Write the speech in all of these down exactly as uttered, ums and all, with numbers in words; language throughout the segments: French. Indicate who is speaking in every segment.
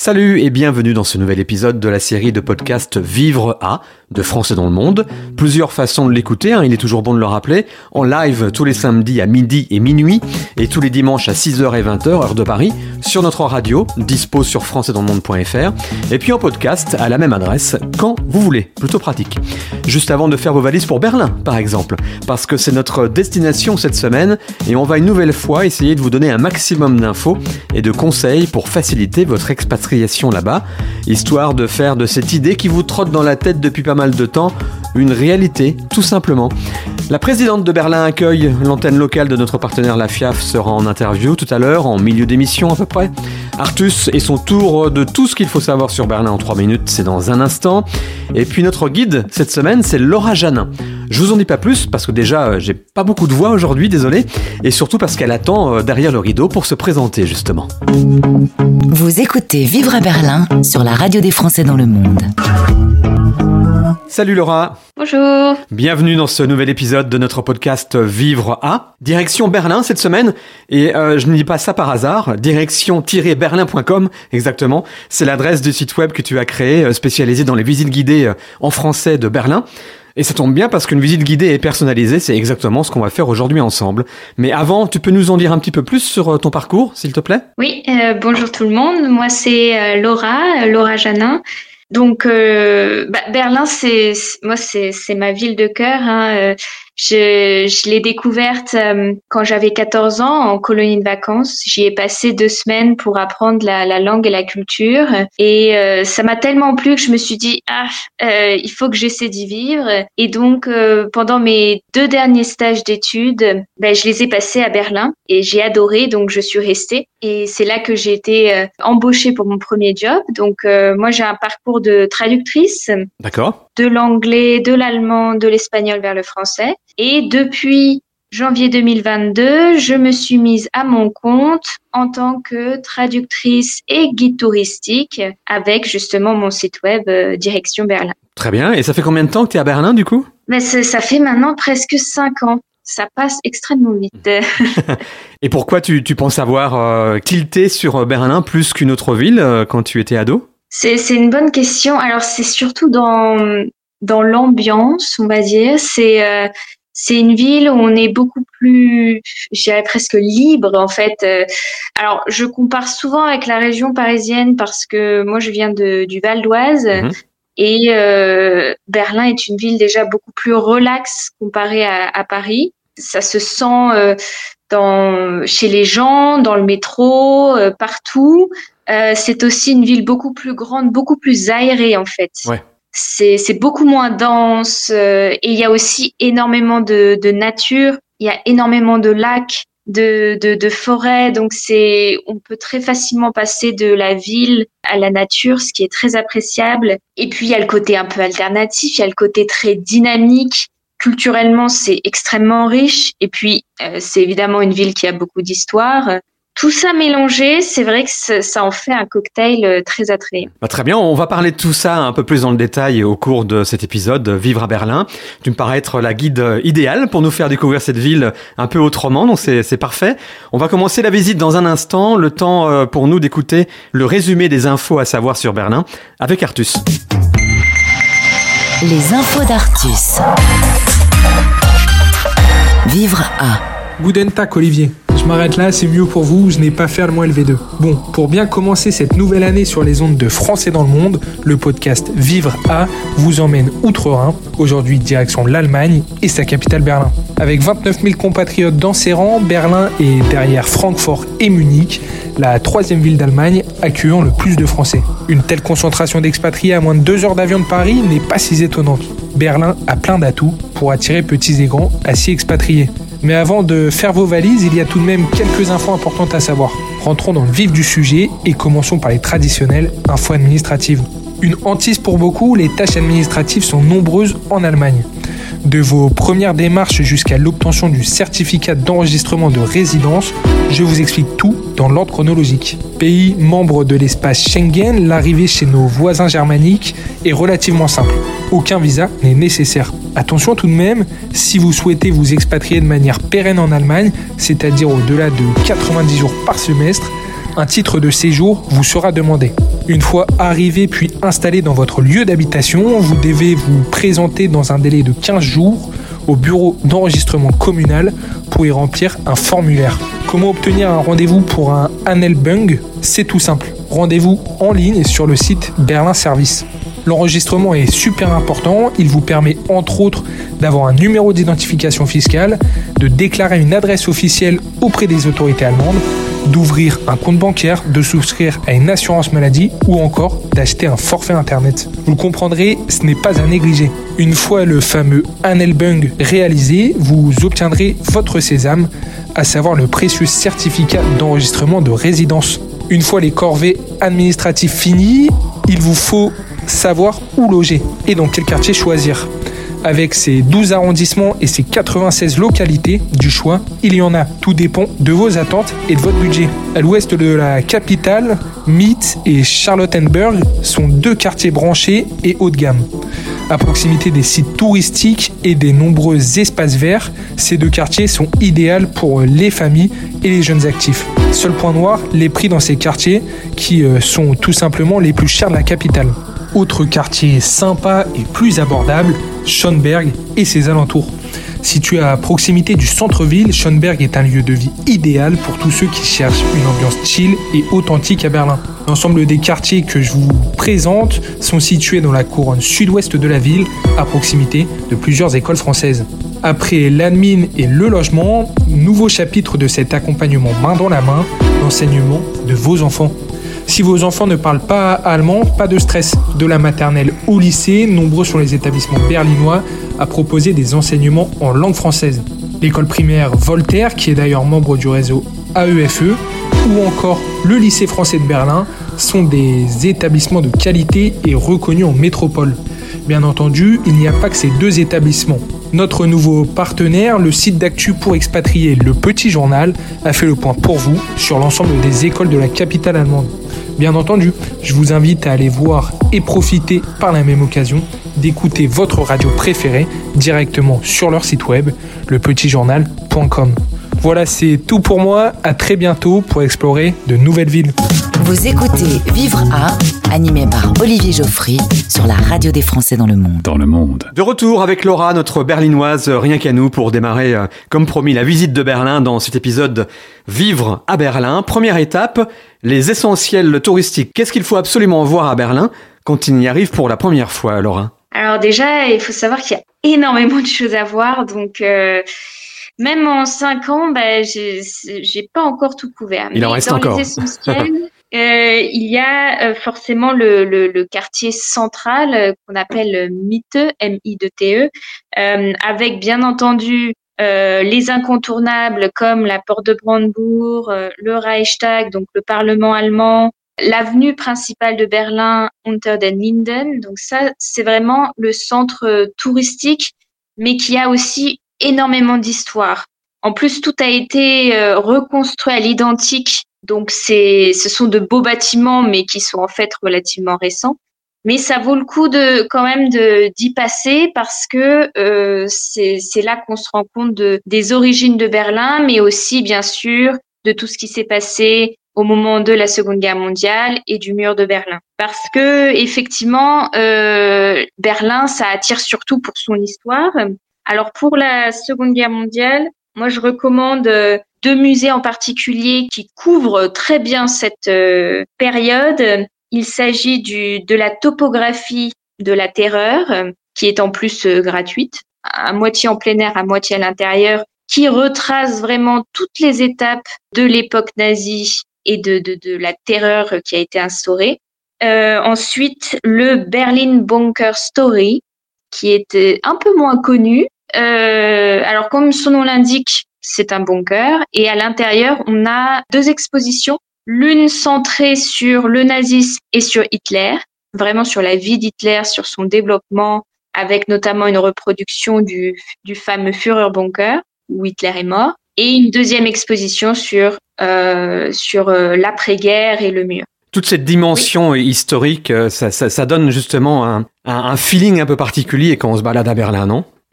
Speaker 1: Salut et bienvenue dans ce nouvel épisode de la série de podcast Vivre à, de Français dans le monde. Plusieurs façons de l'écouter, hein, il est toujours bon de le rappeler. En live tous les samedis à midi et minuit et tous les dimanches à six heures et vingt heures, heure de Paris, sur notre radio, dispo sur français dans le monde point f r. Et puis en podcast à la même adresse, quand vous voulez, plutôt pratique. Juste avant de faire vos valises pour Berlin, par exemple, parce que c'est notre destination cette semaine et on va une nouvelle fois essayer de vous donner un maximum d'infos et de conseils pour faciliter votre expatriation là-bas, histoire de faire de cette idée qui vous trotte dans la tête depuis pas mal de temps une réalité, tout simplement. La présidente de Berlin Accueil, l'antenne locale de notre partenaire la F I A F, sera en interview tout à l'heure, en milieu d'émission à peu près. Artus et son tour de tout ce qu'il faut savoir sur Berlin en trois minutes, c'est dans un instant. Et puis notre guide cette semaine, c'est Laura Janin. Je vous en dis pas plus parce que déjà j'ai pas beaucoup de voix aujourd'hui, désolé, et surtout parce qu'elle attend derrière le rideau pour se présenter justement.
Speaker 2: Vous écoutez Vivre à Berlin sur la radio des Français dans le monde.
Speaker 1: Salut Laura.
Speaker 3: Bonjour.
Speaker 1: Bienvenue dans ce nouvel épisode de notre podcast Vivre à. Direction Berlin cette semaine, et euh, je ne dis pas ça par hasard, direction tiret berlin point com exactement, c'est l'adresse du site web que tu as créé, spécialisé dans les visites guidées en français de Berlin. Et ça tombe bien parce qu'une visite guidée et personnalisée, c'est exactement ce qu'on va faire aujourd'hui ensemble. Mais avant, tu peux nous en dire un petit peu plus sur ton parcours, s'il te plaît ?
Speaker 3: Oui, euh, bonjour tout le monde. Moi, c'est euh, Laura, euh, Laura Janin. Donc, euh, bah, Berlin, c'est, c'est moi, c'est, c'est ma ville de cœur. Hein. Euh, je, je l'ai découverte euh, quand j'avais quatorze ans en colonie de vacances. J'y ai passé deux semaines pour apprendre la, la langue et la culture. Et euh, ça m'a tellement plu que je me suis dit, ah, euh, il faut que j'essaie d'y vivre. Et donc, euh, pendant mes deux derniers stages d'études, ben, je les ai passés à Berlin et j'ai adoré. Donc, je suis restée. Et c'est là que j'ai été euh, embauchée pour mon premier job. Donc, euh, moi, j'ai un parcours de traductrice.
Speaker 1: D'accord.
Speaker 3: De l'anglais, de l'allemand, de l'espagnol vers le français. Et depuis janvier deux mille vingt-deux, je me suis mise à mon compte en tant que traductrice et guide touristique avec justement mon site web euh, Direction Berlin.
Speaker 1: Très bien. Et ça fait combien de temps que tu es à Berlin du coup ?
Speaker 3: Ben, ça, ça fait maintenant presque cinq ans. Ça passe extrêmement vite.
Speaker 1: Et pourquoi tu, tu penses avoir euh, tilté sur Berlin plus qu'une autre ville euh, quand tu étais ado ?
Speaker 3: C'est, c'est une bonne question. Alors, c'est surtout dans, dans l'ambiance, on va dire. C'est, euh, c'est une ville où on est beaucoup plus, je dirais presque libre, en fait. Euh, alors, je compare souvent avec la région parisienne parce que moi, je viens de, du Val d'Oise. Mmh. Et euh, Berlin est une ville déjà beaucoup plus relaxe comparée à, à Paris. Ça se sent euh, dans, chez les gens, dans le métro, euh, partout. Euh, c'est aussi une ville beaucoup plus grande, beaucoup plus aérée en fait.
Speaker 1: Ouais.
Speaker 3: C'est, c'est beaucoup moins dense euh, et il y a aussi énormément de, de nature. Il y a énormément de lacs, de, de, de forêts. Donc c'est, on peut très facilement passer de la ville à la nature, ce qui est très appréciable. Et puis il y a le côté un peu alternatif, il y a le côté très dynamique. Culturellement, c'est extrêmement riche. Et puis euh, c'est évidemment une ville qui a beaucoup d'histoire. Tout ça mélangé, c'est vrai que ça en fait un cocktail très attrayant.
Speaker 1: Bah, très bien, on va parler de tout ça un peu plus dans le détail au cours de cet épisode Vivre à Berlin. Tu me parais être la guide idéale pour nous faire découvrir cette ville un peu autrement, donc c'est, c'est parfait. On va commencer la visite dans un instant, le temps pour nous d'écouter le résumé des infos à savoir sur Berlin avec Artus.
Speaker 2: Les infos d'Artus. Vivre à.
Speaker 4: Guten Tag, Olivier. Je m'arrête là, c'est mieux pour vous, je n'ai pas fait allemand L V deux. Bon, pour bien commencer cette nouvelle année sur les ondes de Français dans le monde, le podcast Vivre à vous emmène outre-Rhin, aujourd'hui direction l'Allemagne et sa capitale Berlin. Avec vingt-neuf mille compatriotes dans ses rangs, Berlin est derrière Francfort et Munich, la troisième ville d'Allemagne accueillant le plus de Français. Une telle concentration d'expatriés à moins de deux heures d'avion de Paris n'est pas si étonnante. Berlin a plein d'atouts pour attirer petits et grands à s'y expatrier. Mais avant de faire vos valises, il y a tout de même quelques infos importantes à savoir. Rentrons dans le vif du sujet et commençons par les traditionnelles infos administratives. Une hantise pour beaucoup, les tâches administratives sont nombreuses en Allemagne. De vos premières démarches jusqu'à l'obtention du certificat d'enregistrement de résidence, je vous explique tout dans l'ordre chronologique. Pays membre de l'espace Schengen, l'arrivée chez nos voisins germaniques est relativement simple. Aucun visa n'est nécessaire. Attention tout de même, si vous souhaitez vous expatrier de manière pérenne en Allemagne, c'est-à-dire au-delà de quatre-vingt-dix jours par semestre, un titre de séjour vous sera demandé. Une fois arrivé puis installé dans votre lieu d'habitation, vous devez vous présenter dans un délai de quinze jours au bureau d'enregistrement communal pour y remplir un formulaire. Comment obtenir un rendez-vous pour un Anmeldung ? C'est tout simple. Rendez-vous en ligne sur le site Berlin Service. L'enregistrement est super important, il vous permet entre autres d'avoir un numéro d'identification fiscale, de déclarer une adresse officielle auprès des autorités allemandes, d'ouvrir un compte bancaire, de souscrire à une assurance maladie ou encore d'acheter un forfait internet. Vous le comprendrez, ce n'est pas à négliger. Une fois le fameux Anmeldung réalisé, vous obtiendrez votre sésame, à savoir le précieux certificat d'enregistrement de résidence. Une fois les corvées administratives finies, il vous faut savoir où loger et dans quel quartier choisir. Avec ses douze arrondissements et ses quatre-vingt-seize localités du choix, il y en a. Tout dépend de vos attentes et de votre budget. À l'ouest de la capitale, Mitte et Charlottenburg sont deux quartiers branchés et haut de gamme. À proximité des sites touristiques et des nombreux espaces verts, ces deux quartiers sont idéaux pour les familles et les jeunes actifs. Seul point noir, les prix dans ces quartiers qui sont tout simplement les plus chers de la capitale. Autre quartier sympa et plus abordable, Schöneberg et ses alentours. Situé à proximité du centre-ville, Schöneberg est un lieu de vie idéal pour tous ceux qui cherchent une ambiance chill et authentique à Berlin. L'ensemble des quartiers que je vous présente sont situés dans la couronne sud-ouest de la ville, à proximité de plusieurs écoles françaises. Après l'admin et le logement, nouveau chapitre de cet accompagnement main dans la main, l'enseignement de vos enfants. Si vos enfants ne parlent pas allemand, pas de stress. De la maternelle au lycée, nombreux sont les établissements berlinois à proposer des enseignements en langue française. L'école primaire Voltaire, qui est d'ailleurs membre du réseau A E F E, ou encore le lycée français de Berlin, sont des établissements de qualité et reconnus en métropole. Bien entendu, il n'y a pas que ces deux établissements. Notre nouveau partenaire, le site d'actu pour expatriés Le Petit Journal, a fait le point pour vous sur l'ensemble des écoles de la capitale allemande. Bien entendu, je vous invite à aller voir et profiter par la même occasion d'écouter votre radio préférée directement sur leur site web, le petit journal point com. Voilà, c'est tout pour moi. À très bientôt pour explorer de nouvelles villes.
Speaker 2: Vous écoutez Vivre à, animé par Olivier Geoffry sur la radio des Français dans le monde.
Speaker 1: Dans le monde. De retour avec Laura, notre berlinoise, rien qu'à nous, pour démarrer, euh, comme promis, la visite de Berlin dans cet épisode Vivre à Berlin. Première étape, les essentiels touristiques. Qu'est-ce qu'il faut absolument voir à Berlin quand il y arrive pour la première fois, Laura ?
Speaker 3: Alors déjà, il faut savoir qu'il y a énormément de choses à voir, donc... Euh... Même en cinq ans, bah, j'ai, j'ai pas encore tout couvert.
Speaker 1: Il en reste
Speaker 3: dans
Speaker 1: encore.
Speaker 3: Les essentiels, euh, il y a euh, forcément le, le, le quartier central euh, qu'on appelle Mitte, M I T T E, euh, avec bien entendu euh, les incontournables comme la porte de Brandebourg, euh, le Reichstag, donc le Parlement allemand, l'avenue principale de Berlin, Unter den Linden. Donc ça, c'est vraiment le centre euh, touristique, mais qui a aussi énormément d'histoire. En plus, tout a été euh, reconstruit à l'identique. Donc, c'est, ce sont de beaux bâtiments, mais qui sont en fait relativement récents. Mais ça vaut le coup de quand même de d'y passer parce que euh, c'est, c'est là qu'on se rend compte de, des origines de Berlin, mais aussi, bien sûr, de tout ce qui s'est passé au moment de la Seconde Guerre mondiale et du mur de Berlin. Parce que, effectivement, euh, Berlin, ça attire surtout pour son histoire. Alors pour la Seconde Guerre mondiale, moi je recommande euh, deux musées en particulier qui couvrent très bien cette euh, période. Il s'agit du de la topographie de la terreur, euh, qui est en plus euh, gratuite, à moitié en plein air, à moitié à l'intérieur, qui retrace vraiment toutes les étapes de l'époque nazie et de de, de la terreur qui a été instaurée. Euh, ensuite, le Berlin Bunker Story, qui est un peu moins connu. Euh, alors, comme son nom l'indique, c'est un bunker. Et à l'intérieur, on a deux expositions. L'une centrée sur le nazisme et sur Hitler, vraiment sur la vie d'Hitler, sur son développement, avec notamment une reproduction du, du fameux Führerbunker, où Hitler est mort. Et une deuxième exposition sur, euh, sur euh, l'après-guerre et le mur.
Speaker 1: Toute cette dimension oui. historique, ça, ça, ça donne justement un, un, un feeling un peu particulier quand on se balade à Berlin, non ?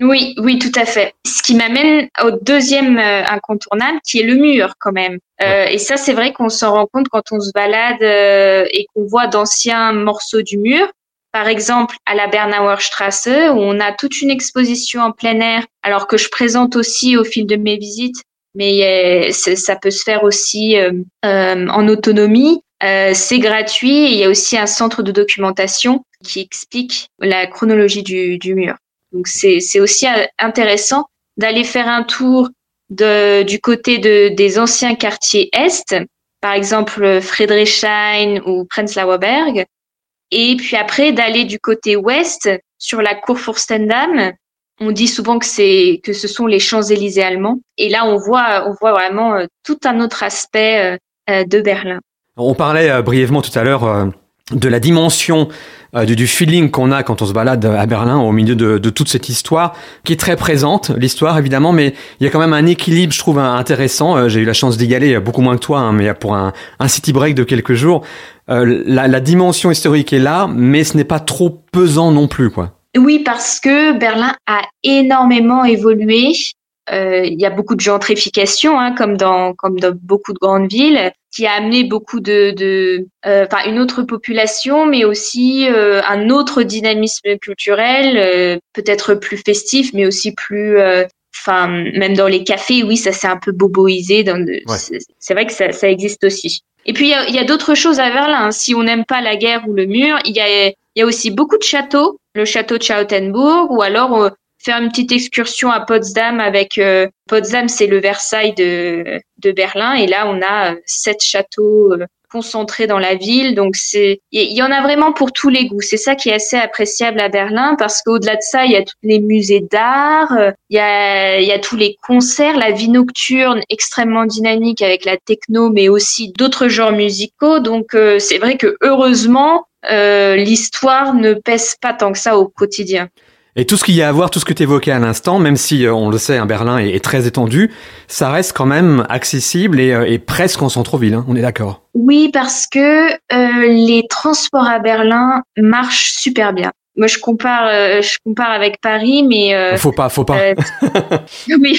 Speaker 3: Oui, oui, tout à fait. Ce qui m'amène au deuxième euh, incontournable, qui est le mur quand même. Euh, ouais. Et ça, c'est vrai qu'on s'en rend compte quand on se balade euh, et qu'on voit d'anciens morceaux du mur. Par exemple, à la Bernauer Straße, où on a toute une exposition en plein air, alors que je présente aussi au fil de mes visites, mais euh, ça peut se faire aussi euh, euh, en autonomie. Euh, c'est gratuit et il y a aussi un centre de documentation qui explique la chronologie du, du mur. Donc c'est, c'est aussi intéressant d'aller faire un tour de, du côté de, des anciens quartiers Est, par exemple Friedrichshain ou Prenzlauer Berg, et puis après d'aller du côté Ouest sur la Kurfürstendamm. On dit souvent que c'est que ce sont les Champs-Élysées allemands, et là on voit on voit vraiment euh, tout un autre aspect euh, de Berlin.
Speaker 1: On parlait euh, brièvement tout à l'heure euh, de la dimension euh, du, du feeling qu'on a quand on se balade à Berlin au milieu de, de toute cette histoire qui est très présente, l'histoire évidemment, mais il y a quand même un équilibre, je trouve, intéressant. Euh, j'ai eu la chance d'y aller, beaucoup moins que toi, hein, mais pour un, un city break de quelques jours. Euh, la, la dimension historique est là, mais ce n'est pas trop pesant non plus, quoi.
Speaker 3: Oui, parce que Berlin a énormément évolué. Euh, il y a beaucoup de gentrification, hein, comme dans comme dans beaucoup de grandes villes, qui a amené beaucoup de, de euh, enfin une autre population, mais aussi euh, un autre dynamisme culturel, euh, peut-être plus festif, mais aussi plus, enfin euh, même dans les cafés, oui, ça s'est un peu boboisé. Dans de, ouais. c'est, c'est vrai que ça, ça existe aussi. Et puis il y a, il y a d'autres choses à Berlin. Hein. Si on n'aime pas la guerre ou le mur, il y a il y a aussi beaucoup de châteaux, le château de Charlottenburg, ou alors euh, faire une petite excursion à Potsdam avec euh, Potsdam, c'est le Versailles de de Berlin, et là on a euh, sept châteaux euh, concentrés dans la ville, donc c'est il y en a vraiment pour tous les goûts. C'est ça qui est assez appréciable à Berlin, parce qu'au-delà de ça, il y a tous les musées d'art, euh, il y a il y a tous les concerts, la vie nocturne extrêmement dynamique avec la techno, mais aussi d'autres genres musicaux. Donc euh, c'est vrai que heureusement euh, l'histoire ne pèse pas tant que ça au quotidien.
Speaker 1: Et tout ce qu'il y a à voir, tout ce que tu évoquais à l'instant, même si euh, on le sait, hein, Berlin est, est très étendu, ça reste quand même accessible et, euh, et presque en centre-ville, hein, on est d'accord.
Speaker 3: Oui, parce que euh, les transports à Berlin marchent super bien. Moi, je compare, euh, je compare avec Paris, mais euh,
Speaker 1: faut pas, faut pas. Euh,
Speaker 3: oui,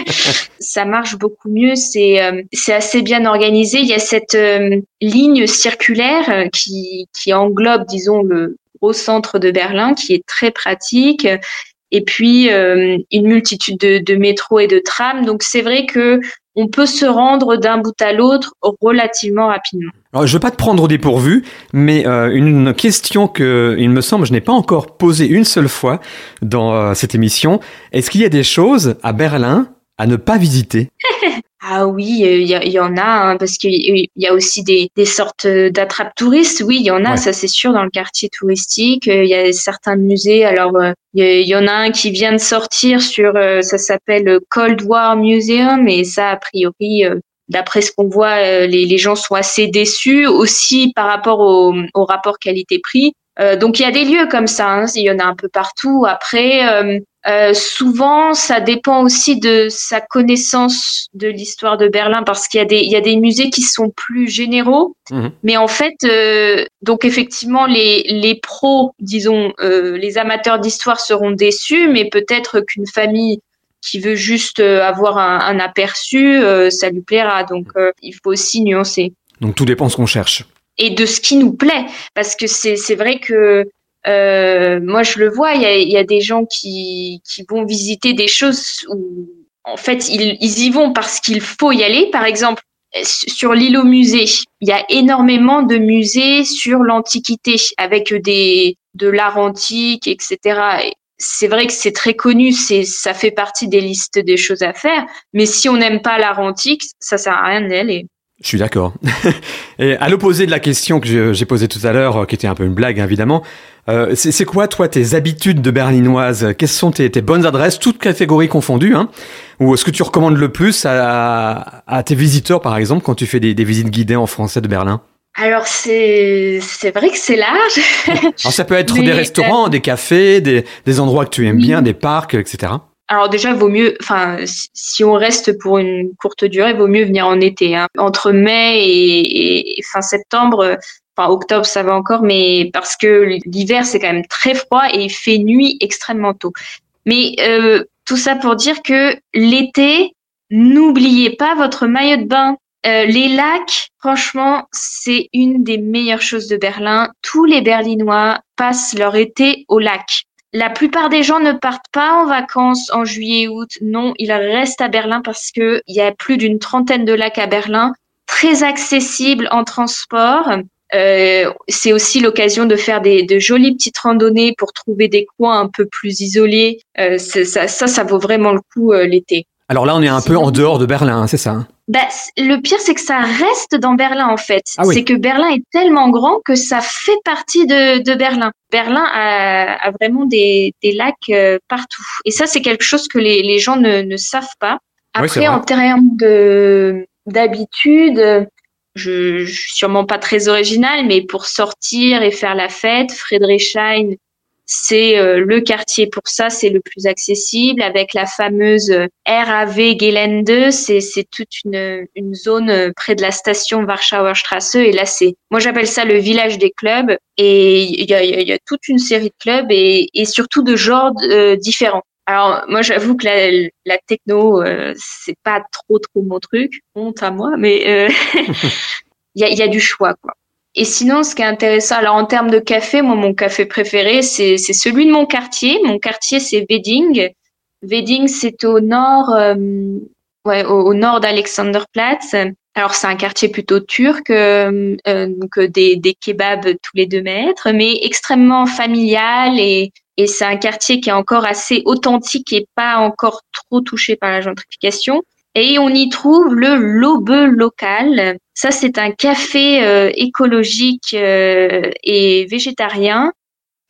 Speaker 3: ça marche beaucoup mieux. C'est, euh, c'est assez bien organisé. Il y a cette euh, ligne circulaire euh, qui, qui englobe, disons, le au centre de Berlin, qui est très pratique, et puis euh, une multitude de, de métros et de trams. Donc c'est vrai que on peut se rendre d'un bout à l'autre relativement rapidement.
Speaker 1: Alors, je ne veux pas te prendre au dépourvu, mais euh, une question que, il me semble, je n'ai pas encore posée une seule fois dans euh, cette émission. Est-ce qu'il y a des choses à Berlin à ne pas visiter?
Speaker 3: Ah oui, il y, y en a, hein, parce qu'il y a aussi des, des sortes d'attrapes touristes. Oui, il y en a, ouais. Ça c'est sûr, dans le quartier touristique. Il y a certains musées. Alors, il y, y en a un qui vient de sortir sur, ça s'appelle Cold War Museum, et ça, a priori, d'après ce qu'on voit, les, les gens sont assez déçus aussi par rapport au, au rapport qualité-prix. Euh, donc il y a des lieux comme ça, hein, il y en a un peu partout. Après, euh, euh, souvent, ça dépend aussi de sa connaissance de l'histoire de Berlin, parce qu'il y a des il y a des musées qui sont plus généraux. Mmh. Mais en fait, euh, donc effectivement, les les pros, disons, euh, les amateurs d'histoire seront déçus, mais peut-être qu'une famille qui veut juste avoir un, un aperçu, euh, ça lui plaira. Donc euh, il faut aussi nuancer.
Speaker 1: Donc tout dépend de ce qu'on cherche.
Speaker 3: Et de ce qui nous plaît, parce que c'est c'est vrai que euh, moi je le vois, il y a il y a des gens qui qui vont visiter des choses où en fait ils ils y vont parce qu'il faut y aller. Par exemple, sur l'île aux musées, il y a énormément de musées sur l'Antiquité avec des de l'art antique, et cetera. Et c'est vrai que c'est très connu, c'est ça fait partie des listes des choses à faire. Mais si on n'aime pas l'art antique, ça sert à rien d'y aller.
Speaker 1: Je suis d'accord. Et à l'opposé de la question que j'ai posée tout à l'heure, qui était un peu une blague évidemment, euh, c'est, c'est quoi toi tes habitudes de berlinoise? Quelles sont tes, tes bonnes adresses, toutes catégories confondues, hein? Ou ce que tu recommandes le plus à, à tes visiteurs, par exemple, quand tu fais des, des visites guidées en français de Berlin?
Speaker 3: Alors c'est c'est vrai que c'est large.
Speaker 1: Alors ça peut être Mais, des restaurants, euh... des cafés, des, des endroits que tu aimes oui. bien, des parcs, et cetera.
Speaker 3: Alors déjà, vaut mieux, enfin, si on reste pour une courte durée, vaut mieux venir en été. Hein. Entre mai et, et fin septembre, enfin octobre, ça va encore, mais parce que l'hiver c'est quand même très froid et il fait nuit extrêmement tôt. Mais euh, tout ça pour dire que l'été, n'oubliez pas votre maillot de bain. Euh, les lacs, franchement, c'est une des meilleures choses de Berlin. Tous les Berlinois passent leur été au lac. La plupart des gens ne partent pas en vacances en juillet et août. Non, ils restent à Berlin parce que il y a plus d'une trentaine de lacs à Berlin, très accessibles en transport. Euh, c'est aussi l'occasion de faire des de jolies petites randonnées pour trouver des coins un peu plus isolés. Euh, c'est, ça, ça, ça vaut vraiment le coup euh, l'été.
Speaker 1: Alors là, on est un
Speaker 3: C'est
Speaker 1: peu en dehors de Berlin, hein, c'est ça hein?
Speaker 3: Bah, le pire, c'est que ça reste dans Berlin, en fait.
Speaker 1: Ah oui.
Speaker 3: C'est que Berlin est tellement grand que ça fait partie de, de Berlin. Berlin a, a vraiment des, des lacs euh, partout. Et ça, c'est quelque chose que les, les gens ne, ne savent pas. Après,
Speaker 1: Oui,
Speaker 3: en termes de, d'habitude, je, je suis sûrement pas très originale, mais pour sortir et faire la fête, Friedrichshain, c'est euh, le quartier pour ça, c'est le plus accessible avec la fameuse R A V Gelände, c'est c'est toute une une zone près de la station Warschauer Straße et là c'est moi j'appelle ça le village des clubs et il y a il y a toute une série de clubs et et surtout de genres euh, différents. Alors moi j'avoue que la la techno euh, c'est pas trop trop mon truc, honte à moi mais euh, il y a il y a du choix quoi. Et sinon, ce qui est intéressant, alors en termes de café, moi, mon café préféré, c'est, c'est celui de mon quartier. Mon quartier, c'est Wedding. Wedding, c'est au nord, euh, ouais, au, au nord d'Alexanderplatz. Alors, c'est un quartier plutôt turc, euh, euh, donc des, des kebabs tous les deux mètres, mais extrêmement familial et, et c'est un quartier qui est encore assez authentique et pas encore trop touché par la gentrification. Et on y trouve le Lobe local. Ça, c'est un café euh, écologique euh, et végétarien. Pourquoi ?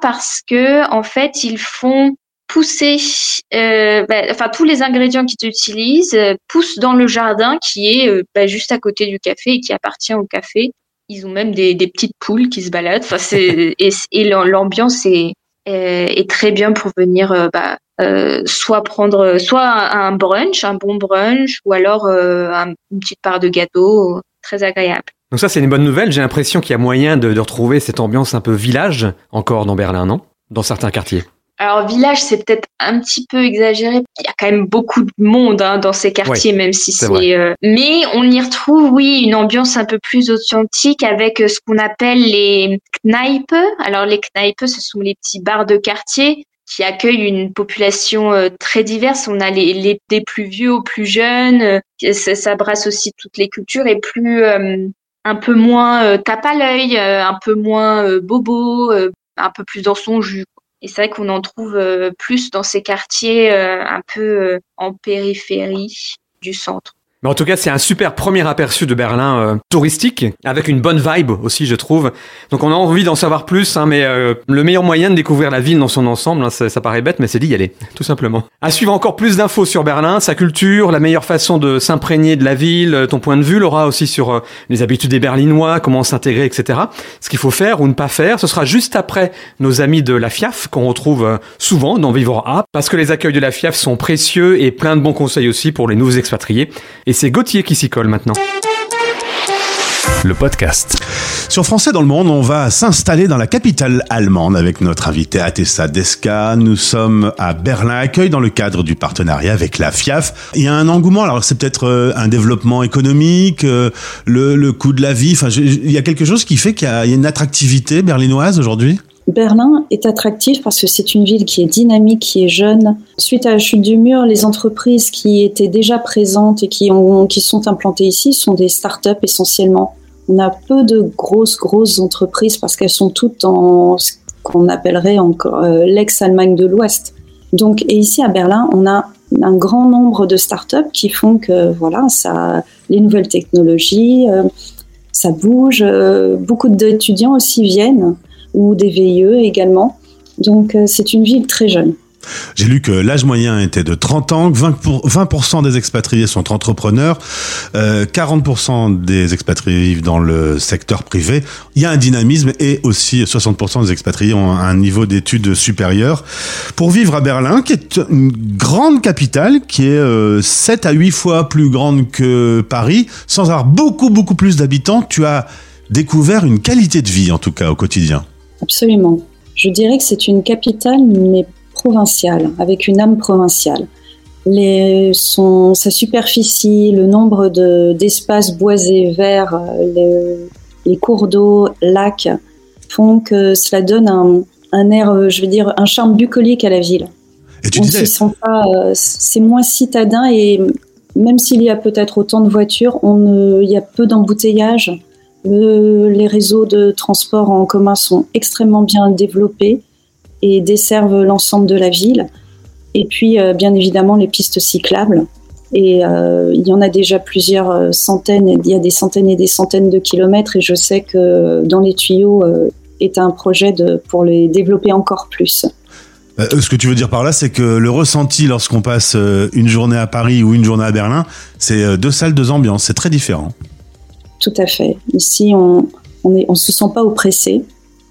Speaker 3: Parce que en fait, ils font pousser, euh, bah, enfin tous les ingrédients qu'ils utilisent euh, poussent dans le jardin qui est euh, bah, juste à côté du café et qui appartient au café. Ils ont même des, des petites poules qui se baladent. Enfin, c'est et, et l'ambiance est est très bien pour venir euh, bah, euh, soit prendre soit un brunch, un bon brunch, ou alors euh, un, une petite part de gâteau, très agréable.
Speaker 1: Donc ça, c'est une bonne nouvelle. J'ai l'impression qu'il y a moyen de, de retrouver cette ambiance un peu village encore dans Berlin, non ? Dans certains quartiers.
Speaker 3: Alors village, c'est peut-être un petit peu exagéré. Il y a quand même beaucoup de monde hein, dans ces quartiers, oui, même si c'est. c'est euh... Mais on y retrouve, oui, une ambiance un peu plus authentique avec ce qu'on appelle les Kneipe. Alors les Kneipe, ce sont les petits bars de quartier qui accueillent une population euh, très diverse. On a les, les des plus vieux aux plus jeunes. Euh, ça, ça brasse aussi toutes les cultures et plus euh, un peu moins euh, tape à l'œil, euh, un peu moins euh, bobo, euh, un peu plus dans son jus. Et c'est vrai qu'on en trouve euh, plus dans ces quartiers euh, un peu euh, en périphérie du centre.
Speaker 1: Mais en tout cas, c'est un super premier aperçu de Berlin euh, touristique, avec une bonne vibe aussi, je trouve. Donc on a envie d'en savoir plus, hein, mais euh, le meilleur moyen de découvrir la ville dans son ensemble, hein, ça, ça paraît bête, mais c'est d'y aller, tout simplement. À suivre encore plus d'infos sur Berlin, sa culture, la meilleure façon de s'imprégner de la ville, ton point de vue, Laura, aussi sur euh, les habitudes des Berlinois, comment s'intégrer, et cetera. Ce qu'il faut faire ou ne pas faire, ce sera juste après nos amis de la F I A F, qu'on retrouve euh, souvent dans Vivre A, parce que les accueils de la F I A F sont précieux et plein de bons conseils aussi pour les nouveaux expatriés. Et c'est Gauthier qui s'y colle maintenant.
Speaker 5: Le podcast.
Speaker 6: Sur Français dans le monde, on va s'installer dans la capitale allemande avec notre invité Atessa Deska. Nous sommes à Berlin Accueil dans le cadre du partenariat avec la F I A F. Il y a un engouement, alors c'est peut-être un développement économique, le, le coût de la vie. Enfin, il y a quelque chose qui fait qu'il y a une attractivité berlinoise aujourd'hui ?
Speaker 7: Berlin est attractif parce que c'est une ville qui est dynamique, qui est jeune. Suite à la chute du mur, les entreprises qui étaient déjà présentes et qui, ont, qui sont implantées ici sont des start-up essentiellement. On a peu de grosses, grosses entreprises parce qu'elles sont toutes en ce qu'on appellerait encore euh, l'ex-Allemagne de l'Ouest. Donc, et ici à Berlin, on a un grand nombre de start-up qui font que voilà, ça, les nouvelles technologies, euh, ça bouge. Euh, beaucoup d'étudiants aussi viennent, ou des V I E également. Donc, euh, c'est une ville très jeune.
Speaker 6: J'ai lu que l'âge moyen était de trente ans, que vingt pour cent des expatriés sont entrepreneurs, euh, quarante pour cent des expatriés vivent dans le secteur privé. Il y a un dynamisme et aussi soixante pour cent des expatriés ont un niveau d'études supérieur. Pour vivre à Berlin, qui est une grande capitale, qui est euh, sept à huit fois plus grande que Paris, sans avoir beaucoup, beaucoup plus d'habitants, tu as découvert une qualité de vie, en tout cas, au quotidien.
Speaker 7: Absolument. Je dirais que c'est une capitale, mais provincial, avec une âme provinciale. Les, son, sa superficie, le nombre de, d'espaces boisés, verts, les, les cours d'eau, lacs, font que cela donne un, un air, je veux dire, un charme bucolique à la ville.
Speaker 6: Et tu
Speaker 7: On
Speaker 6: disais...
Speaker 7: se sent pas, euh, c'est moins citadin et même s'il y a peut-être autant de voitures, on ne, il y a peu d'embouteillages. Le, les réseaux de transport en commun sont extrêmement bien développés et desservent l'ensemble de la ville. Et puis, euh, bien évidemment, les pistes cyclables. Et euh, il y en a déjà plusieurs centaines, il y a des centaines et des centaines de kilomètres. Et je sais que dans les tuyaux euh, est un projet de, pour les développer encore plus.
Speaker 6: Euh, ce que tu veux dire par là, c'est que le ressenti lorsqu'on passe euh, une journée à Paris ou une journée à Berlin, c'est euh, deux salles, deux ambiances. C'est très différent.
Speaker 7: Tout à fait. Ici, on on, est, on se sent pas oppressé.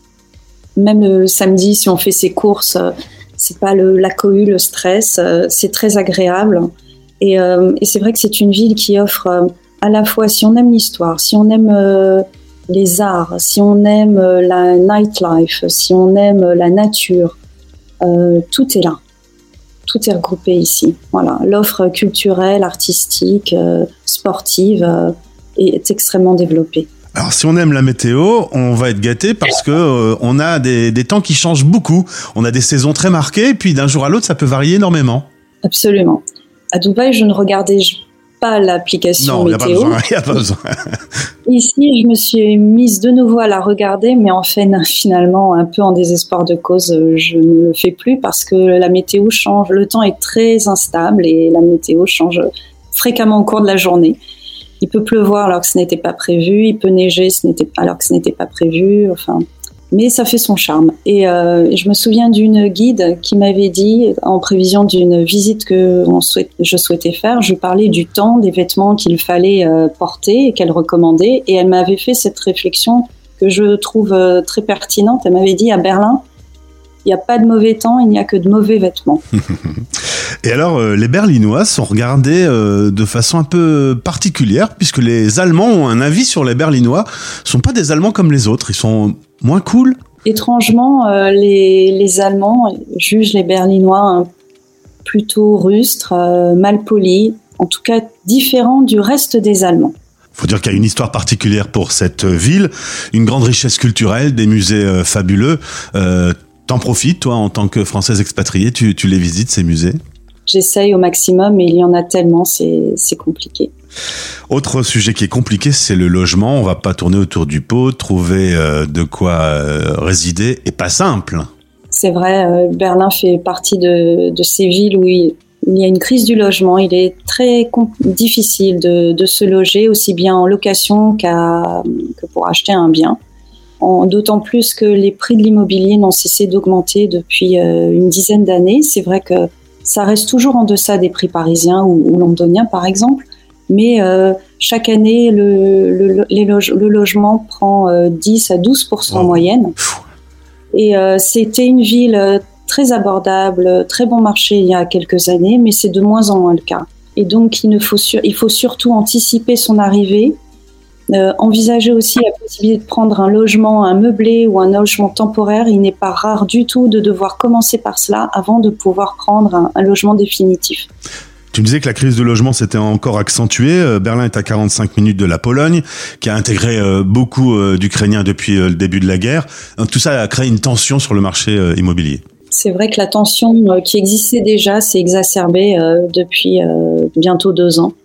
Speaker 7: Même le samedi, si on fait ses courses, euh, c'est pas le, la cohue, le stress. Euh, c'est très agréable. Et, euh, et c'est vrai que c'est une ville qui offre euh, à la fois, si on aime l'histoire, si on aime euh, les arts, si on aime euh, la nightlife, si on aime euh, la nature, euh, tout est là. Tout est regroupé ici. Voilà. L'offre culturelle, artistique, euh, sportive euh, est extrêmement développée.
Speaker 6: Alors, si on aime la météo, on va être gâté parce que euh, on a des, des temps qui changent beaucoup. On a des saisons très marquées, puis d'un jour à l'autre, ça peut varier énormément.
Speaker 7: Absolument. À Dubaï, je ne regardais pas l'application
Speaker 6: non,
Speaker 7: météo.
Speaker 6: Non, il n'y a pas besoin.
Speaker 7: Ici, je me suis mise de nouveau à la regarder, mais en fait, finalement, un peu en désespoir de cause, je ne le fais plus parce que la météo change. Le temps est très instable et la météo change fréquemment au cours de la journée. Il peut pleuvoir alors que ce n'était pas prévu, il peut neiger ce n'était, alors que ce n'était pas prévu, enfin, mais ça fait son charme. Et euh, je me souviens d'une guide qui m'avait dit, en prévision d'une visite que on souhait, je souhaitais faire, je parlais du temps, des vêtements qu'il fallait euh, porter et qu'elle recommandait, et elle m'avait fait cette réflexion que je trouve euh, très pertinente. Elle m'avait dit, à Berlin, il n'y a pas de mauvais temps, il n'y a que de mauvais vêtements.
Speaker 6: Et alors, euh, les Berlinois sont regardés euh, de façon un peu particulière, puisque les Allemands ont un avis sur les Berlinois. Ils sont pas des Allemands comme les autres, ils sont moins cool.
Speaker 7: Étrangement, euh, les, les Allemands jugent les Berlinois hein, plutôt rustres, euh, malpolis, en tout cas différents du reste des Allemands.
Speaker 6: Faut dire qu'il y a une histoire particulière pour cette ville, une grande richesse culturelle, des musées euh, fabuleux. Euh, T'en profites, toi, en tant que Française expatriée, tu, tu les visites, ces musées ?
Speaker 7: J'essaye au maximum, mais il y en a tellement, c'est, c'est compliqué.
Speaker 6: Autre sujet qui est compliqué, c'est le logement. On va pas tourner autour du pot, trouver euh, de quoi euh, résider est pas simple.
Speaker 7: C'est vrai, euh, Berlin fait partie de, de ces villes où il, il y a une crise du logement. Il est très comp- difficile de, de se loger, aussi bien en location qu'à, que pour acheter un bien. En, d'autant plus que les prix de l'immobilier n'ont cessé d'augmenter depuis euh, une dizaine d'années. C'est vrai que ça reste toujours en deçà des prix parisiens ou, ou londoniens, par exemple. Mais euh, chaque année, le, le, les loge, le logement prend euh, dix à douze pour cent en moyenne. Et euh, c'était une ville très abordable, très bon marché il y a quelques années, mais c'est de moins en moins le cas. Et donc, il, ne faut, sur, il faut surtout anticiper son arrivée. Euh, envisager aussi la possibilité de prendre un logement, un meublé ou un logement temporaire. Il n'est pas rare du tout de devoir commencer par cela avant de pouvoir prendre un, un logement définitif.
Speaker 6: Tu me disais que la crise de logement s'était encore accentuée. Berlin est à quarante-cinq minutes de la Pologne, qui a intégré beaucoup d'Ukrainiens depuis le début de la guerre. Tout ça a créé une tension sur le marché immobilier.
Speaker 7: C'est vrai que la tension qui existait déjà s'est exacerbée depuis bientôt deux ans.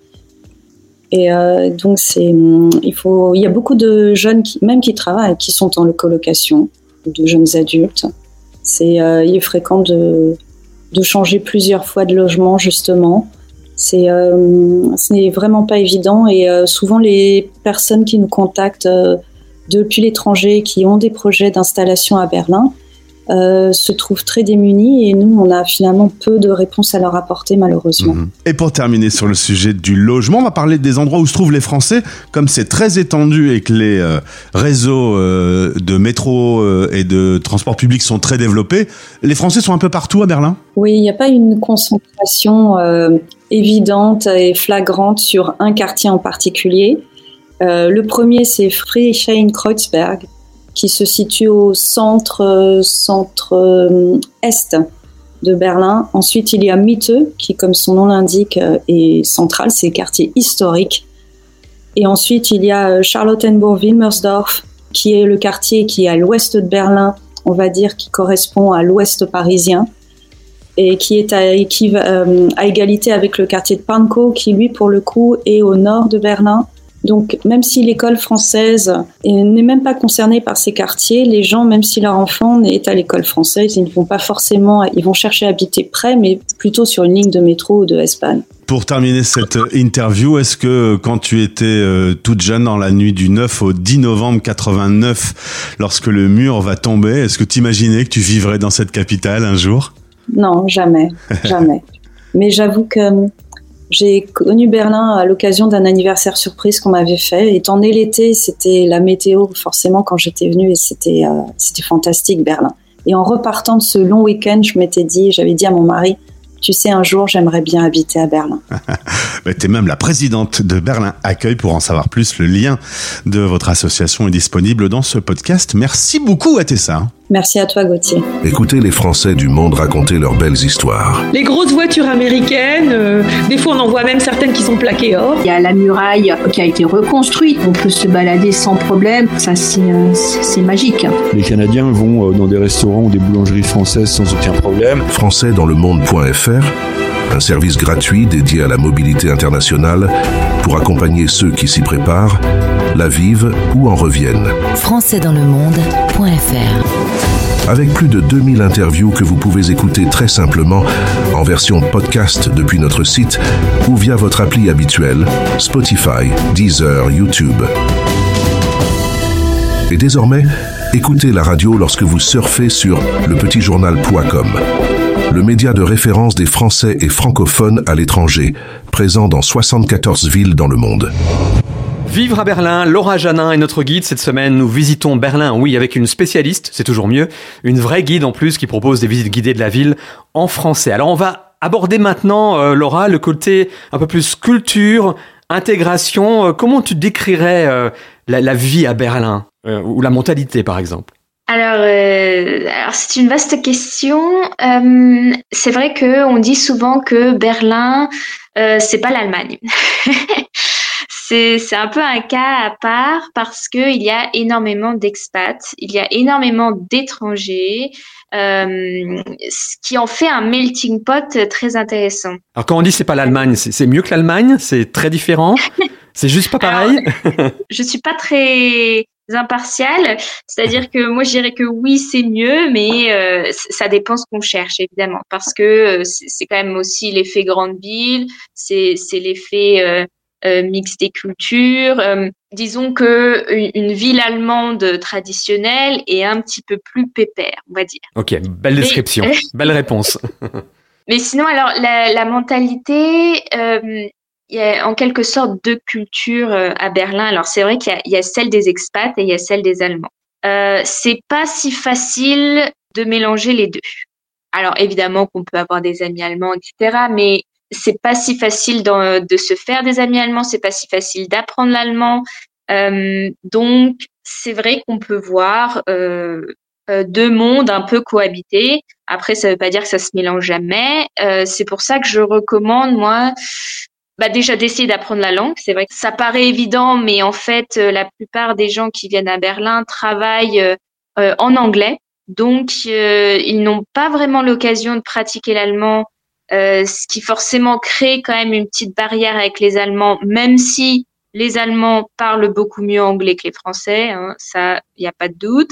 Speaker 7: Et euh, donc c'est, il faut, il y a beaucoup de jeunes qui, même qui travaillent, qui sont en colocation, de jeunes adultes. C'est, euh, il est fréquent de, de changer plusieurs fois de logement justement. C'est, euh, ce n'est vraiment pas évident et euh, souvent les personnes qui nous contactent euh, depuis l'étranger, qui ont des projets d'installation à Berlin, Euh, se trouvent très démunis et nous, on a finalement peu de réponses à leur apporter malheureusement.
Speaker 6: Mmh. Et pour terminer sur le sujet du logement, on va parler des endroits où se trouvent les Français. Comme c'est très étendu et que les euh, réseaux euh, de métro euh, et de transport public sont très développés, les Français sont un peu partout à Berlin ?
Speaker 7: Oui, il n'y a pas une concentration euh, évidente et flagrante sur un quartier en particulier. Euh, le premier, c'est Friedrichshain-Kreuzberg, qui se situe au centre, centre euh, est de Berlin. Ensuite, il y a Mitte, qui, comme son nom l'indique, est central, c'est le quartier historique. Et ensuite, il y a Charlottenburg-Wilmersdorf, qui est le quartier qui est à l'ouest de Berlin, on va dire, qui correspond à l'ouest parisien, et qui est à, qui, euh, à égalité avec le quartier de Pankow, qui, lui, pour le coup, est au nord de Berlin. Donc, même si l'école française n'est même pas concernée par ces quartiers, les gens, même si leur enfant est à l'école française, ils ne vont pas forcément, ils vont chercher à habiter près, mais plutôt sur une ligne de métro ou de S-Bahn.
Speaker 6: Pour terminer cette interview, est-ce que quand tu étais euh, toute jeune dans la nuit du neuf au dix novembre quatre-vingt-neuf, lorsque le mur va tomber, est-ce que tu imaginais que tu vivrais dans cette capitale un jour ?
Speaker 7: Non, jamais, jamais. Mais j'avoue que j'ai connu Berlin à l'occasion d'un anniversaire surprise qu'on m'avait fait. Étant né l'été, c'était la météo forcément quand j'étais venue et c'était, euh, c'était fantastique Berlin. Et en repartant de ce long week-end, je m'étais dit, j'avais dit à mon mari, tu sais, un jour, j'aimerais bien habiter à Berlin.
Speaker 6: Tu es même la présidente de Berlin Accueil. Pour en savoir plus, le lien de votre association est disponible dans ce podcast. Merci beaucoup, Atessa.
Speaker 7: Merci à toi, Gauthier.
Speaker 8: Écoutez les Français du monde raconter leurs belles histoires.
Speaker 9: Les grosses voitures américaines, euh, des fois on en voit même certaines qui sont plaquées or.
Speaker 10: Il y a la muraille qui a été reconstruite, on peut se balader sans problème, ça c'est, euh, c'est, c'est magique.
Speaker 11: Les Canadiens vont dans des restaurants ou des boulangeries françaises sans aucun problème.
Speaker 8: français dans le monde point f r, un service gratuit dédié à la mobilité internationale pour accompagner ceux qui s'y préparent, la vivent ou en reviennent.
Speaker 2: français dans le monde point f r.
Speaker 8: Avec plus de deux mille interviews que vous pouvez écouter très simplement en version podcast depuis notre site ou via votre appli habituelle, Spotify, Deezer, YouTube. Et désormais, écoutez la radio lorsque vous surfez sur le petit journal point com, le média de référence des Français et francophones à l'étranger, présent dans soixante-quatorze villes dans le monde.
Speaker 1: Vivre à Berlin, Laura Janin est notre guide. Cette semaine, nous visitons Berlin, oui, avec une spécialiste, c'est toujours mieux, une vraie guide en plus qui propose des visites guidées de la ville en français. Alors on va aborder maintenant, euh, Laura, le côté un peu plus culture, intégration. Euh, comment tu décrirais euh, la, la vie à Berlin, euh, ou la mentalité par exemple ?
Speaker 3: Alors, euh, alors c'est une vaste question. Euh, c'est vrai que on dit souvent que Berlin, euh, c'est pas l'Allemagne. C'est, c'est un peu un cas à part parce que il y a énormément d'expats, il y a énormément d'étrangers, euh, ce qui en fait un melting pot très intéressant.
Speaker 1: Alors quand on dit c'est pas l'Allemagne, c'est, c'est mieux que l'Allemagne, c'est très différent, c'est juste pas pareil.
Speaker 3: Alors, je suis pas très impartiale, c'est-à-dire que moi je dirais que oui c'est mieux, mais euh, ça dépend ce qu'on cherche évidemment, parce que c'est, c'est quand même aussi l'effet grande ville, c'est, c'est l'effet euh, Euh, mix des cultures. Euh, disons que une, une ville allemande traditionnelle est un petit peu plus pépère, on va dire.
Speaker 1: Ok, belle description, Mais, belle réponse.
Speaker 3: Mais sinon, alors la, la mentalité, euh, il y a en quelque sorte deux cultures euh, à Berlin. Alors c'est vrai qu'il y a, il y a celle des expats et il y a celle des Allemands. Euh, c'est pas si facile de mélanger les deux. Alors évidemment qu'on peut avoir des amis allemands, et cetera. Mais c'est pas si facile de se faire des amis allemands, c'est pas si facile d'apprendre l'allemand. Euh, donc, c'est vrai qu'on peut voir euh, euh, deux mondes un peu cohabiter. Après, ça veut pas dire que ça se mélange jamais. Euh, c'est pour ça que je recommande, moi, bah déjà d'essayer d'apprendre la langue. C'est vrai que ça paraît évident, mais en fait, euh, la plupart des gens qui viennent à Berlin travaillent euh, euh, en anglais. Donc, euh, ils n'ont pas vraiment l'occasion de pratiquer l'allemand. Euh, ce qui forcément crée quand même une petite barrière avec les Allemands, même si les Allemands parlent beaucoup mieux anglais que les Français, hein, ça, il n'y a pas de doute.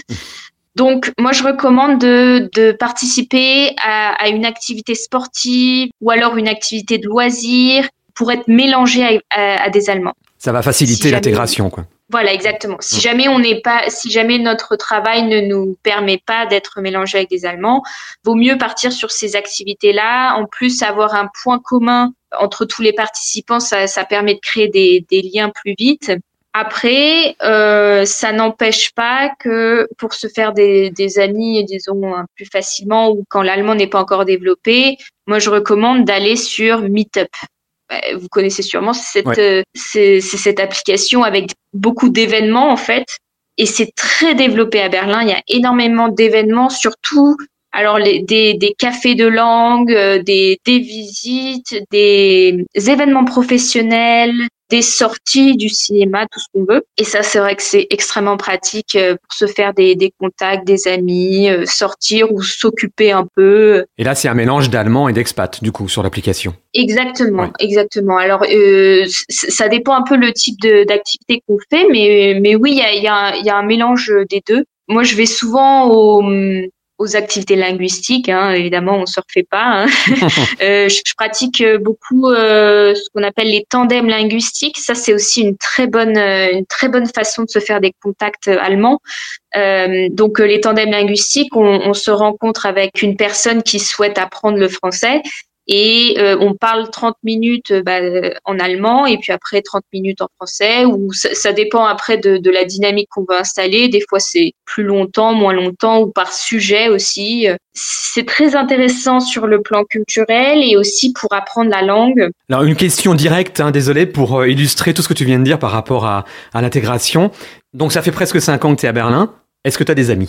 Speaker 3: Donc, moi, je recommande de, de participer à, à une activité sportive ou alors une activité de loisir pour être mélangé à, à, à des Allemands.
Speaker 1: Ça va faciliter si l'intégration,
Speaker 3: jamais...
Speaker 1: quoi.
Speaker 3: Voilà, exactement. Si jamais on n'est pas, si jamais notre travail ne nous permet pas d'être mélangé avec des Allemands, vaut mieux partir sur ces activités-là. En plus, avoir un point commun entre tous les participants, ça, ça permet de créer des, des liens plus vite. Après, euh, ça n'empêche pas que pour se faire des, des amis, disons, plus facilement ou quand l'allemand n'est pas encore développé, moi, je recommande d'aller sur Meetup. Vous connaissez sûrement cette, ouais. euh, c'est, c'est cette application avec beaucoup d'événements en fait, et c'est très développé à Berlin. Il y a énormément d'événements, surtout Alors les, des, des cafés de langue, euh, des, des visites, des événements professionnels, des sorties du cinéma, tout ce qu'on veut. Et ça, c'est vrai que c'est extrêmement pratique euh, pour se faire des, des contacts, des amis, euh, sortir ou s'occuper un peu.
Speaker 1: Et là, c'est un mélange d'allemand et d'expat, du coup, sur l'application.
Speaker 3: Exactement,
Speaker 1: Ouais.
Speaker 3: exactement. Alors, euh, c- ça dépend un peu le type de, d'activité qu'on fait, mais, mais oui, il y a, il y, a un- il y a un mélange des deux. Moi, je vais souvent au aux activités linguistiques, hein, évidemment, on ne se refait pas. Hein. euh, je, je pratique beaucoup euh, ce qu'on appelle les tandems linguistiques. Ça, c'est aussi une très bonne, une très bonne façon de se faire des contacts allemands. Euh, donc, les tandems linguistiques, on, on se rencontre avec une personne qui souhaite apprendre le français. Et euh, on parle trente minutes bah, en allemand et puis après trente minutes en français. Ou ça, ça dépend après de, de la dynamique qu'on veut installer. Des fois, c'est plus longtemps, moins longtemps ou par sujet aussi. C'est très intéressant sur le plan culturel et aussi pour apprendre la langue.
Speaker 1: Alors, une question directe, hein, désolé, pour euh, illustrer tout ce que tu viens de dire par rapport à, à l'intégration. Donc, ça fait presque cinq ans que tu es à Berlin. Est-ce que tu as des amis ?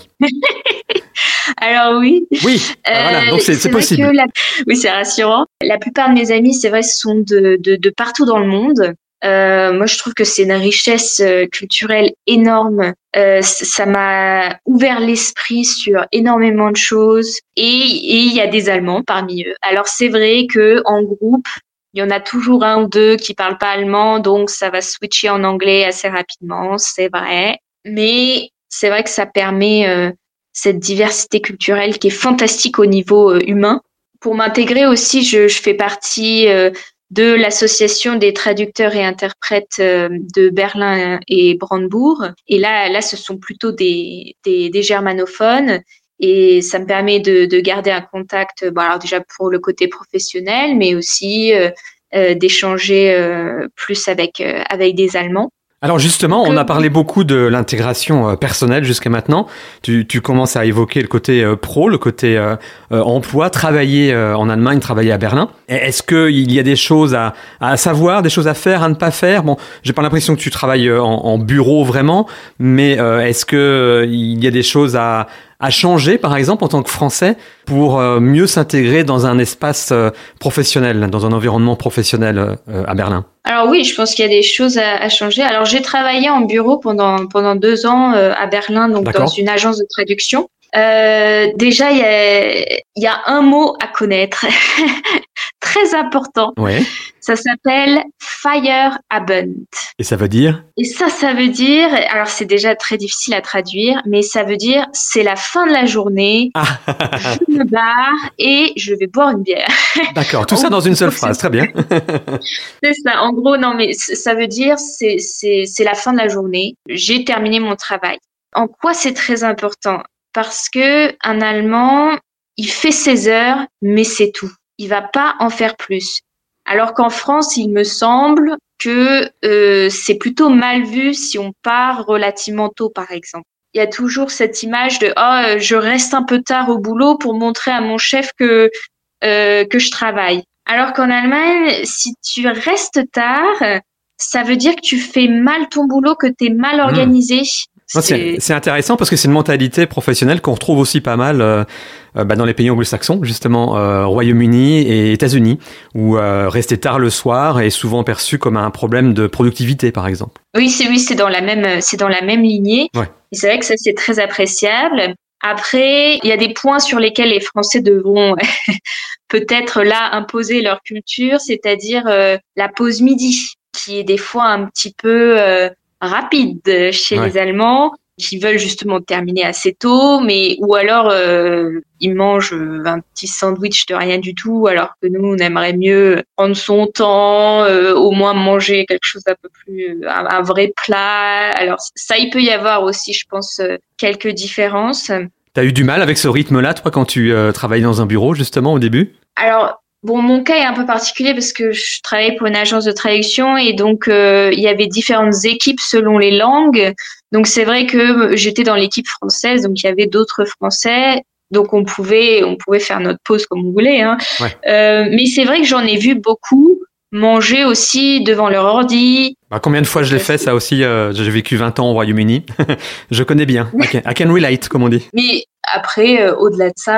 Speaker 3: Alors oui.
Speaker 1: Oui, euh, voilà, donc c'est, c'est, c'est possible.
Speaker 3: La... Oui, c'est rassurant. La plupart de mes amis, c'est vrai, sont de, de, de partout dans le monde. Euh, moi, je trouve que c'est une richesse euh, culturelle énorme. Euh, ça m'a ouvert l'esprit sur énormément de choses. Et il y a des Allemands parmi eux. Alors, c'est vrai que en groupe, il y en a toujours un ou deux qui parlent pas allemand, donc ça va switcher en anglais assez rapidement, c'est vrai. Mais c'est vrai que ça permet... Euh, cette diversité culturelle qui est fantastique au niveau euh, humain. Pour m'intégrer aussi, je, je fais partie euh, de l'association des traducteurs et interprètes euh, de Berlin et Brandebourg. Et là, là, ce sont plutôt des, des, des germanophones. Et ça me permet de, de garder un contact, bon, alors déjà pour le côté professionnel, mais aussi euh, euh, d'échanger euh, plus avec, euh, avec des Allemands.
Speaker 1: Alors justement, on a parlé beaucoup de l'intégration personnelle jusqu'à maintenant. Tu, tu commences à évoquer le côté pro, le côté euh, emploi, travailler en Allemagne, travailler à Berlin. Est-ce qu'il y a des choses à, à savoir, des choses à faire, à ne pas faire ? Bon, j'ai pas l'impression que tu travailles en, en bureau vraiment, mais euh, est-ce que il y a des choses à à changer, par exemple, en tant que Français, pour euh, mieux s'intégrer dans un espace euh, professionnel, dans un environnement professionnel euh, à Berlin ?
Speaker 3: Alors oui, je pense qu'il y a des choses à, à changer. Alors j'ai travaillé en bureau pendant pendant deux ans euh, à Berlin, donc D'accord. dans une agence de traduction. Euh, déjà, il y a il y a un mot à connaître, très important.
Speaker 1: Ouais.
Speaker 3: Ça s'appelle Feierabend.
Speaker 1: Et ça veut dire ?
Speaker 3: Et ça, ça veut dire, alors c'est déjà très difficile à traduire, mais ça veut dire c'est la fin de la journée, ah. je me barre et je vais boire une bière.
Speaker 1: D'accord, tout ça dans une seule phrase, très bien.
Speaker 3: C'est ça, en gros, non, mais ça veut dire c'est, c'est, c'est la fin de la journée, j'ai terminé mon travail. En quoi c'est très important ? Parce que un Allemand, il fait ses heures, mais c'est tout. Il va pas en faire plus. Alors qu'en France, il me semble que euh, c'est plutôt mal vu si on part relativement tôt, par exemple. Il y a toujours cette image de « oh, je reste un peu tard au boulot pour montrer à mon chef que euh, que je travaille ». Alors qu'en Allemagne, si tu restes tard, ça veut dire que tu fais mal ton boulot, que tu es mal organisé. Mmh.
Speaker 1: C'est... C'est, c'est intéressant parce que c'est une mentalité professionnelle qu'on retrouve aussi pas mal euh, bah, dans les pays anglo-saxons, justement euh, Royaume-Uni et États-Unis, où euh, rester tard le soir est souvent perçu comme un problème de productivité, par exemple.
Speaker 3: Oui, c'est oui, c'est dans la même, c'est dans la même lignée.
Speaker 1: Ouais.
Speaker 3: Et c'est vrai que ça c'est très appréciable. Après, il y a des points sur lesquels les Français devront peut-être là imposer leur culture, c'est-à-dire euh, la pause midi, qui est des fois un petit peu euh, rapide chez ouais. les Allemands, qui veulent justement terminer assez tôt, mais ou alors euh, ils mangent un petit sandwich de rien du tout, alors que nous on aimerait mieux prendre son temps, euh, au moins manger quelque chose d'un peu plus un, un vrai plat. Alors ça, il peut y avoir aussi, je pense, quelques différences.
Speaker 1: T'as eu du mal avec ce rythme-là, toi, quand tu euh, travaillais dans un bureau justement au début ?
Speaker 3: Alors. Bon, mon cas est un peu particulier parce que je travaillais pour une agence de traduction et donc euh, il y avait différentes équipes selon les langues. Donc c'est vrai que j'étais dans l'équipe française, donc il y avait d'autres Français, donc on pouvait on pouvait faire notre pause comme on voulait. Hein.
Speaker 1: Ouais.
Speaker 3: Euh, mais c'est vrai que j'en ai vu beaucoup manger aussi devant leur ordi.
Speaker 1: Bah, combien de fois je l'ai fait, ça aussi, euh, j'ai vécu vingt ans au Royaume-Uni. Je connais bien. I can, I can relate, comme on dit.
Speaker 3: Mais après, euh, au-delà de ça,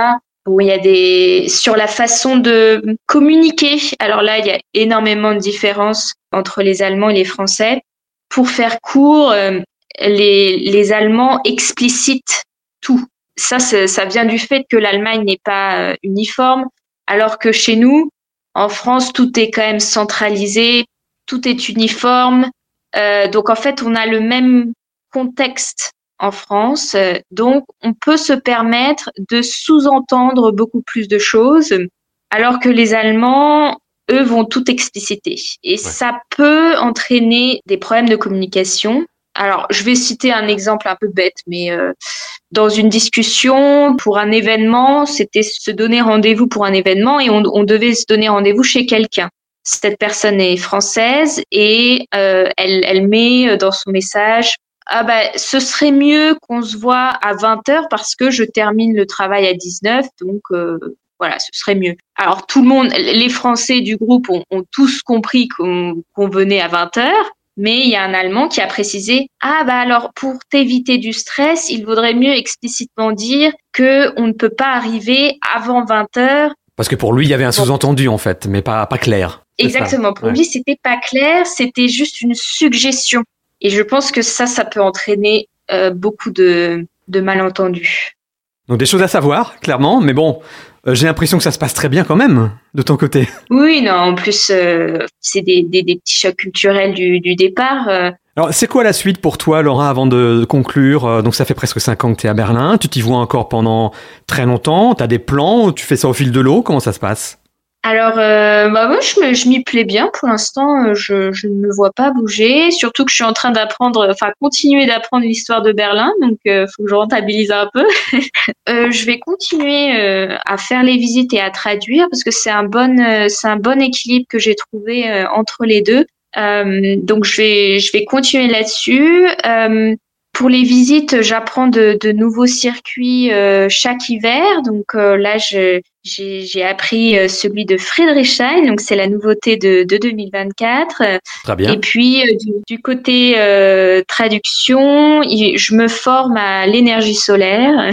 Speaker 3: Bon, il y a des sur la façon de communiquer. Alors là, il y a énormément de différences entre les Allemands et les Français. Pour faire court, euh, les les Allemands explicitent tout. Ça, ça vient du fait que l'Allemagne n'est pas euh, uniforme, alors que chez nous, en France, tout est quand même centralisé, tout est uniforme. Euh, donc en fait, on a le même contexte en France, euh, donc on peut se permettre de sous-entendre beaucoup plus de choses, alors que les Allemands, eux, vont tout expliciter. Et ouais. Ça peut entraîner des problèmes de communication. Alors, je vais citer un exemple un peu bête, mais euh, dans une discussion pour un événement, c'était se donner rendez-vous pour un événement et on, on devait se donner rendez-vous chez quelqu'un. Cette personne est française et euh, elle, elle met dans son message « Ah bah, ce serait mieux qu'on se voit à vingt heures parce que je termine le travail à dix-neuf, donc euh, voilà, ce serait mieux. » Alors, tout le monde, les Français du groupe ont, ont tous compris qu'on, qu'on venait à vingt heures. Mais il y a un Allemand qui a précisé « Ah bah alors, pour t'éviter du stress, il vaudrait mieux explicitement dire que on ne peut pas arriver avant vingt heures. »
Speaker 1: Parce que pour lui, il y avait un sous-entendu en fait, mais pas, pas clair.
Speaker 3: Exactement. Pour ouais. lui, c'était pas clair, c'était juste une suggestion. Et je pense que ça, ça peut entraîner euh, beaucoup de, de malentendus.
Speaker 1: Donc des choses à savoir, clairement, mais bon... Euh, j'ai l'impression que ça se passe très bien quand même, de ton côté.
Speaker 3: Oui, non, en plus, euh, c'est des, des, des petits chocs culturels du, du départ. Euh.
Speaker 1: Alors, c'est quoi la suite pour toi, Laura, avant de conclure? euh, Donc, ça fait presque cinq ans que tu es à Berlin. Tu t'y vois encore pendant très longtemps. Tu as des plans? Tu fais ça au fil de l'eau? Comment ça se passe?
Speaker 3: Alors, euh, bah moi, je, me, je m'y plais bien. Pour l'instant, je, je ne me vois pas bouger. Surtout que je suis en train d'apprendre, enfin, continuer d'apprendre l'histoire de Berlin. Donc, euh, faut que je rentabilise un peu. euh, je vais continuer euh, à faire les visites et à traduire parce que c'est un bon, euh, c'est un bon équilibre que j'ai trouvé euh, entre les deux. Euh, donc, je vais, je vais continuer là-dessus. Euh, Pour les visites, j'apprends de, de nouveaux circuits euh, chaque hiver. Donc euh, là, je, j'ai, j'ai appris euh, celui de Friedrichshain. Donc c'est la nouveauté de, de deux mille vingt-quatre.
Speaker 1: Très bien.
Speaker 3: Et puis euh, du, du côté euh, traduction, je me forme à l'énergie solaire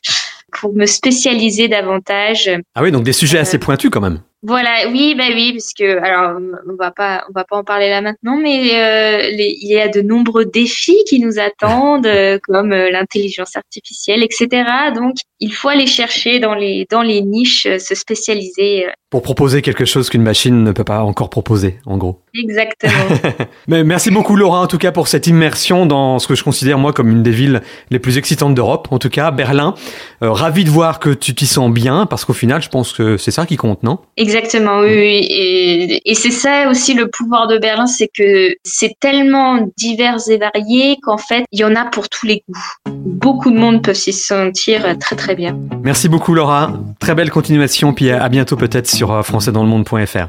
Speaker 3: pour me spécialiser davantage.
Speaker 1: Ah oui, donc des sujets assez pointus quand même.
Speaker 3: Voilà, oui, bah oui, parce que alors on va pas, on va pas en parler là maintenant, mais euh, les, il y a de nombreux défis qui nous attendent, euh, comme euh, l'intelligence artificielle, et cetera. Donc, il faut aller chercher dans les dans les niches, euh, se spécialiser. Euh.
Speaker 1: Pour proposer quelque chose qu'une machine ne peut pas encore proposer, en gros.
Speaker 3: Exactement.
Speaker 1: Mais merci beaucoup, Laura, en tout cas, pour cette immersion dans ce que je considère, moi, comme une des villes les plus excitantes d'Europe, en tout cas, Berlin. Euh, ravi de voir que tu t'y sens bien, parce qu'au final, je pense que c'est ça qui compte, non?
Speaker 3: Exactement, oui, oui. Et, et c'est ça aussi le pouvoir de Berlin, c'est que c'est tellement divers et varié qu'en fait, il y en a pour tous les goûts. Beaucoup de monde peuvent s'y sentir très, très bien.
Speaker 1: Merci beaucoup, Laura. Très belle continuation, puis à bientôt peut-être sur français dans le monde point f r.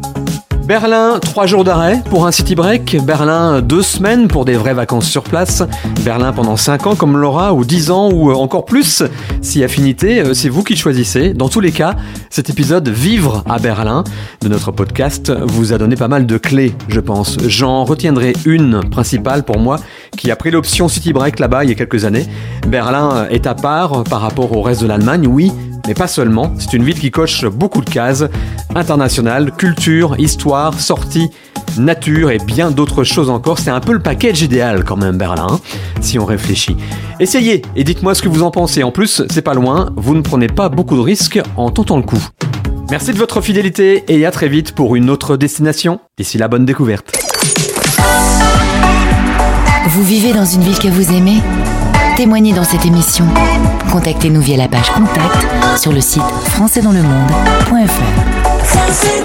Speaker 1: Berlin, trois jours d'arrêt pour un city break. Berlin, deux semaines pour des vraies vacances sur place. Berlin pendant cinq ans comme Laura, ou dix ans, ou encore plus. Si affinité, c'est vous qui choisissez. Dans tous les cas, cet épisode Vivre à Berlin de notre podcast vous a donné pas mal de clés, je pense. J'en retiendrai une principale pour moi, qui a pris l'option city break là-bas il y a quelques années. Berlin est à part par rapport au reste de l'Allemagne, oui, mais pas seulement. C'est une ville qui coche beaucoup de cases. Internationale, culture, histoire, sortie, nature et bien d'autres choses encore. C'est un peu le package idéal quand même, Berlin, hein, si on réfléchit. Essayez et dites-moi ce que vous en pensez. En plus, c'est pas loin, vous ne prenez pas beaucoup de risques en tentant le coup. Merci de votre fidélité et à très vite pour une autre destination. D'ici là, bonne découverte.
Speaker 2: Vous vivez dans une ville que vous aimez ? Témoignez dans cette émission. Contactez-nous via la page Contact sur le site français dans le monde point f r.